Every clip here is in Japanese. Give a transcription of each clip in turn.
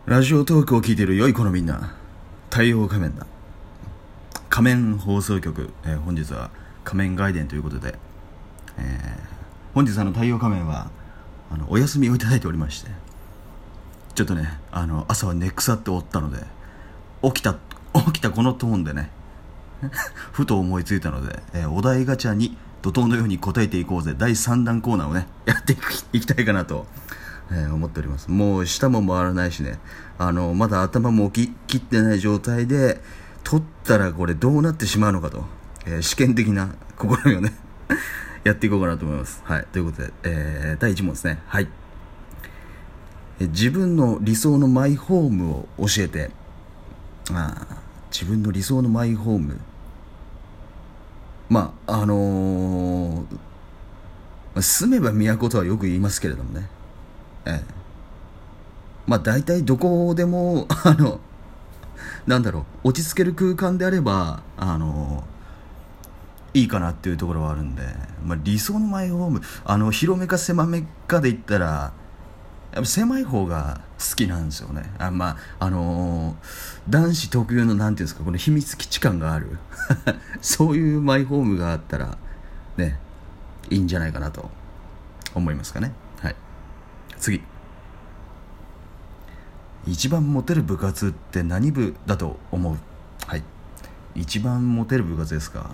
ラジオトークを聞いている良い子のみんな、太陽仮面だ。仮面放送局、本日は仮面外伝ということで、本日太陽仮面はお休みをいただいておりまして、ちょっとね朝は寝腐っておったので、起きたこのトーンでねふと思いついたので、お題ガチャに怒涛のように答えていこうぜ第3弾コーナーをねやっていきたいかなと思っております。もう舌も回らないしね、まだ頭も起ききってない状態で取ったらこれどうなってしまうのかと、試験的な試みをねやっていこうかなと思います。はい、ということで、第1問ですね。はい、自分の理想のマイホームを教えて。自分の理想のマイホーム、住めば都とはよく言いますけれどもね、大体どこでも落ち着ける空間であればいいかなっていうところはあるんで、理想のマイホーム、広めか狭めかで言ったらやっぱ狭い方が好きなんですよね。男子特有のなんていうんですか、この秘密基地感があるそういうマイホームがあったらねいいんじゃないかなと思いますかね。はい、次。一番モテる部活って何部だと思う？はい、一番モテる部活ですか。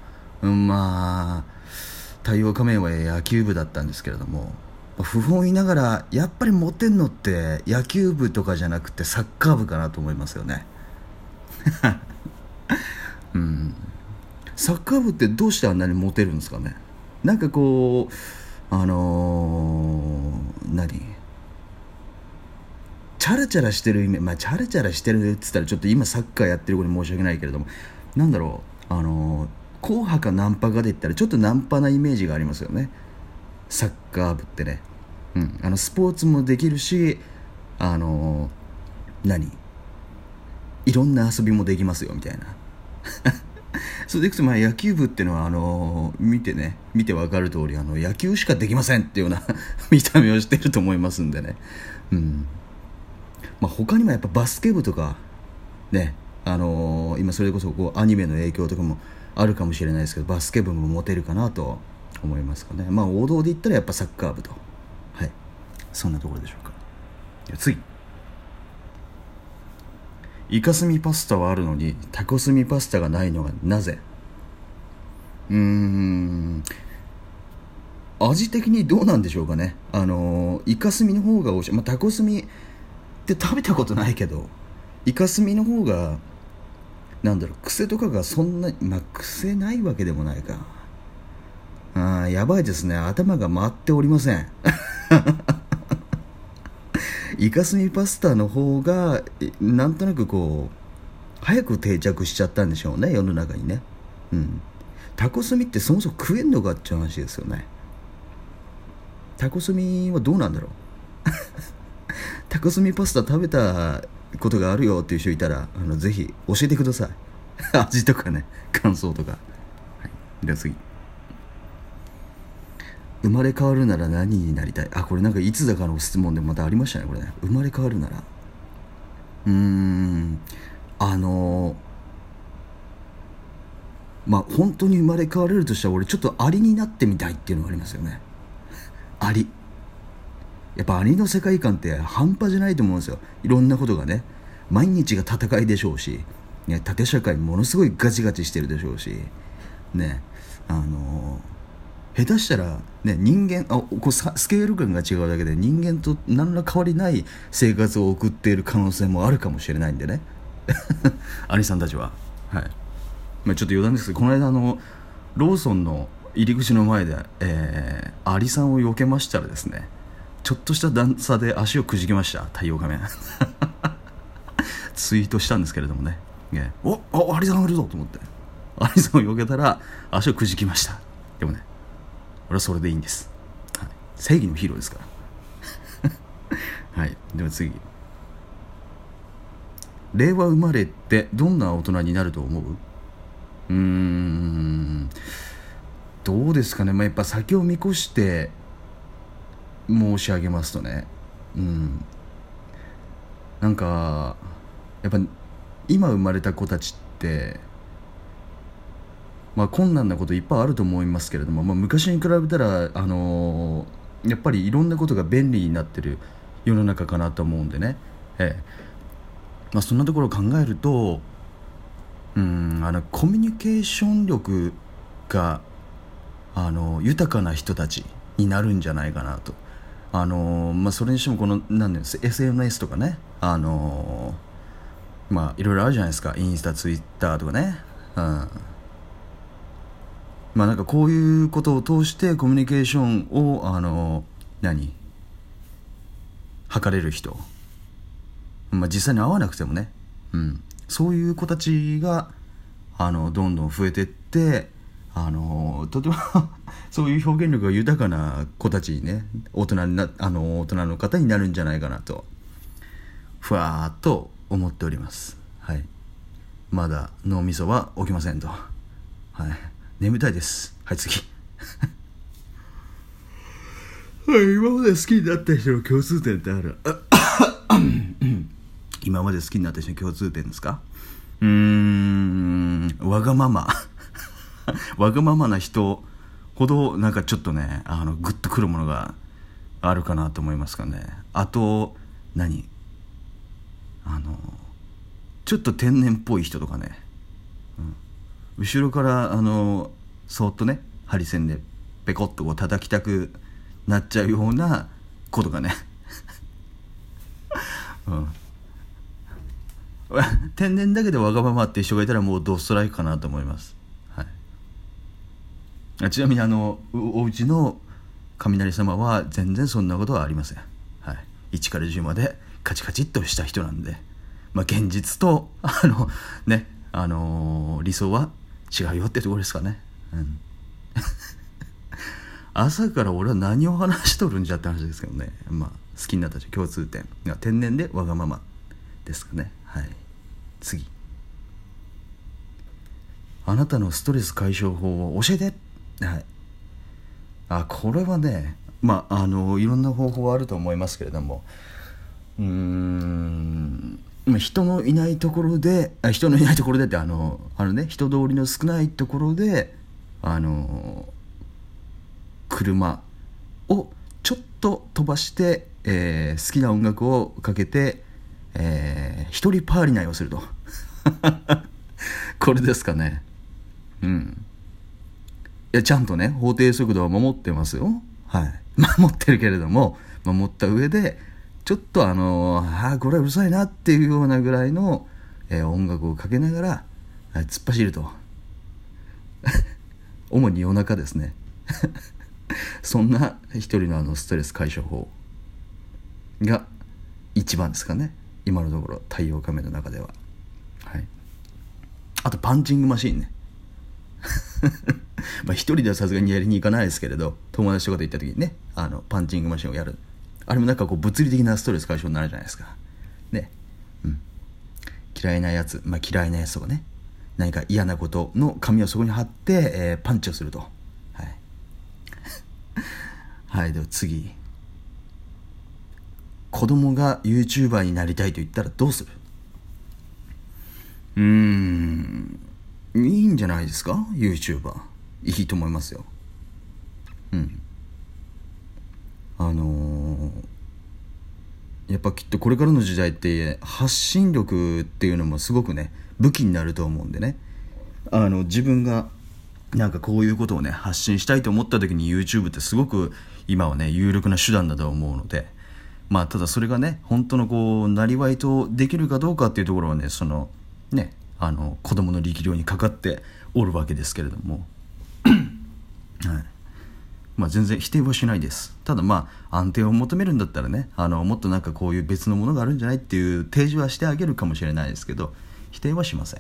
太陽仮面は野球部だったんですけれども、不本意ながらやっぱりモテんのって野球部とかじゃなくてサッカー部かなと思いますよねサッカー部ってどうしてあんなにモテるんですかね。なんかこうチャラチャラしてるイメージ、チャラチャラしてるって言ったらちょっと今サッカーやってる子に申し訳ないけれども、硬派かナンパかで言ったらちょっとナンパなイメージがありますよね、サッカー部ってね。スポーツもできるし、いろんな遊びもできますよみたいなそれでいくと野球部っていうのは見て分かる通り野球しかできませんっていうような見た目をしてると思いますんでね。他にもやっぱバスケ部とかね、今それこそアニメの影響とかもあるかもしれないですけど、バスケ部もモテるかなと思いますかね。王道で言ったらやっぱサッカー部と、はい、そんなところでしょうか。次。イカスミパスタはあるのにタコスミパスタがないのはなぜ？味的にどうなんでしょうかね。イカスミの方が美味しい。タコスミって食べたことないけど、イカスミの方が癖とかがそんな癖ないわけでもないか。やばいですね、頭が回っておりませんイカスミパスタの方がなんとなく早く定着しちゃったんでしょうね、世の中にね。タコスミってそもそも食えんのかって話ですよね。タコスミはどうなんだろうタコスミパスタ食べたことがあるよっていう人いたらぜひ教えてください味とかね、感想とか。はい、では次。生まれ変わるなら何になりたい？これいつだかの質問でまたありましたね、これね。生まれ変わるなら本当に生まれ変われるとしたら俺ちょっとアリになってみたいっていうのがありますよね。アリ、やっぱアリの世界観って半端じゃないと思うんですよ。いろんなことがね、毎日が戦いでしょうし、縦社会ものすごいガチガチしてるでしょうしね。下手したら人間スケール感が違うだけで人間と何ら変わりない生活を送っている可能性もあるかもしれないんでねアリさんたちは。はい、ちょっと余談ですけど、この間ローソンの入り口の前で、アリさんを避けましたらですね、ちょっとした段差で足をくじきました、太陽仮面ツイートしたんですけれどもね、アリさんがいるぞと思ってアリさんを避けたら足をくじきました。でもね、俺はそれでいいんです、はい、正義のヒーローですからはい、では次。令和生まれってどんな大人になると思う？どうですかね。やっぱ先を見越して申し上げますとね、 なんかやっぱ今生まれた子たちって、困難なこといっぱいあると思いますけれども、昔に比べたら、やっぱりいろんなことが便利になってる世の中かなと思うんでね、そんなところを考えると、コミュニケーション力が豊かな人たちになるんじゃないかなと。それにしてもこのSNS とかね、いろいろあるじゃないですか。インスタ、ツイッターとかね、なんかこういうことを通してコミュニケーションを図れる人、実際に会わなくてもね、そういう子たちがどんどん増えていって、とてもそういう表現力が豊かな子たちにね、大人の方になるんじゃないかなとふわーっと思っております。はい、まだ脳みそは起きませんと。はい、眠たいです。はい、次はい、今まで好きになった人の共通点ってある？今まで好きになった人の共通点ですか？わがままわがままな人ほどなんかちょっとね、グッとくるものがあるかなと思いますかね。あとちょっと天然っぽい人とかね、後ろからそーっとね、ハリセンでペコッとこう叩きたくなっちゃうようなことがね天然だけでわがままっていう人がいたらもうドストライクかなと思います。はい、ちなみにお家の雷様は全然そんなことはありません。はい、1から10までカチカチっとした人なんで、現実と理想は違うよってところですかね。朝から俺は何を話しとるんじゃって話ですけどね。好きになった人共通点が天然でわがままですかね。はい、次、あなたのストレス解消法を教えて。はい、これはね、いろんな方法はあると思いますけれども、人のいないところでって人通りの少ないところで車をちょっと飛ばして、好きな音楽をかけて、一人パーリナイをするとこれですかね。いや、ちゃんとね、法定速度は守ってますよ。はい、守ってるけれども、守った上でちょっとこれはうるさいなっていうようなぐらいの、音楽をかけながら突っ走ると主に夜中ですねそんな一人のストレス解消法が一番ですかね、今のところ太陽仮面の中では。はい、あとパンチングマシーンね一人ではさすがにやりに行かないですけれど、友達とかと行った時にね、パンチングマシーンをやる。あれもなんかこう物理的なストレス解消になるじゃないですかね。嫌いなやつとかね、何か嫌なことの紙をそこに貼って、パンチをすると。はいはい、では次、子供が YouTuber になりたいと言ったらどうする？いいんじゃないですか。 YouTuber いいと思いますよ。やっぱきっとこれからの時代って発信力っていうのもすごくね、武器になると思うんでね、自分がなんかこういうことをね発信したいと思った時に YouTube ってすごく今はね有力な手段だと思うので、ただそれがね本当のこうなりわいとできるかどうかっていうところはね、子供の力量にかかっておるわけですけれどもはい、全然否定はしないです。ただ安定を求めるんだったらね、もっとなんかこういう別のものがあるんじゃないっていう提示はしてあげるかもしれないですけど、否定はしません。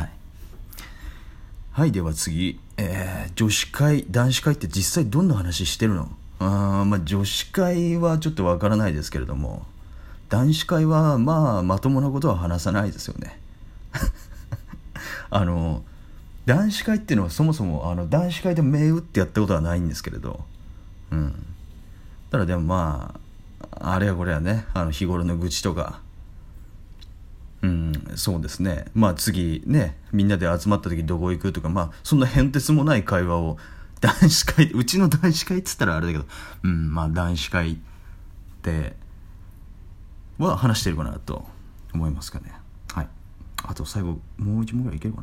はい、では次、女子会男子会って実際どんな話してるの？女子会はちょっとわからないですけれども、男子会はまともなことは話さないですよね男子会っていうのはそもそも男子会で銘打ってやったことはないんですけれど、ただでもあれやこれやね、日頃の愚痴とかそうですね。まあ次ね、みんなで集まった時どこ行くとか、まあそんな変哲もない会話を男子会、うちの男子会っつったらあれだけど、まあ男子会では話してるかなと思いますかね。はい。あと最後もう一問ぐらいいけるかな。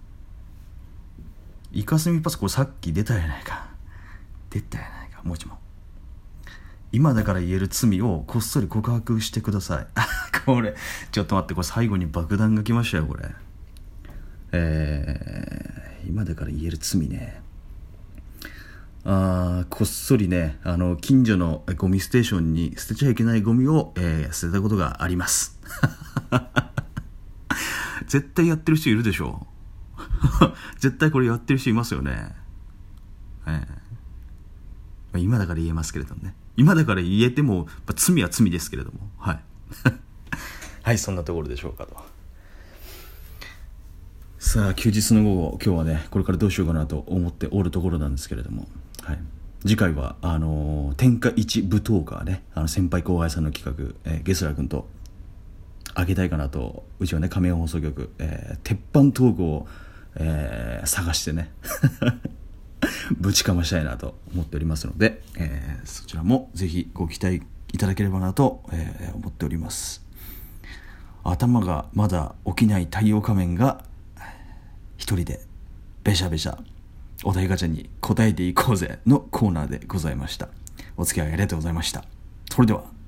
イカスミパス、これさっき出たやないか。もう一問。今だから言える罪をこっそり告白してください。これちょっと待って、これ最後に爆弾が来ましたよこれ。今だから言える罪ね。こっそりね、近所のゴミステーションに捨てちゃいけないゴミを、捨てたことがあります。絶対やってる人いるでしょ。絶対これやってる人いますよね。今だから言えますけれどもね。今だから言えても罪は罪ですけれども、はい。はい、そんなところでしょうかと。さあ休日の午後、今日はねこれからどうしようかなと思っておるところなんですけれども、はい、次回は天下一舞踏家ね、先輩後輩さんの企画、ゲスラー君とあげたいかなと、うちはね仮面放送局、鉄板トークを、探してねぶちかましたいなと思っておりますので、そちらもぜひご期待いただければなと、思っております。頭がまだ起きない太陽仮面が一人でべしゃべしゃお題ガチャに答えていこうぜのコーナーでございました。お付き合いありがとうございました。それでは。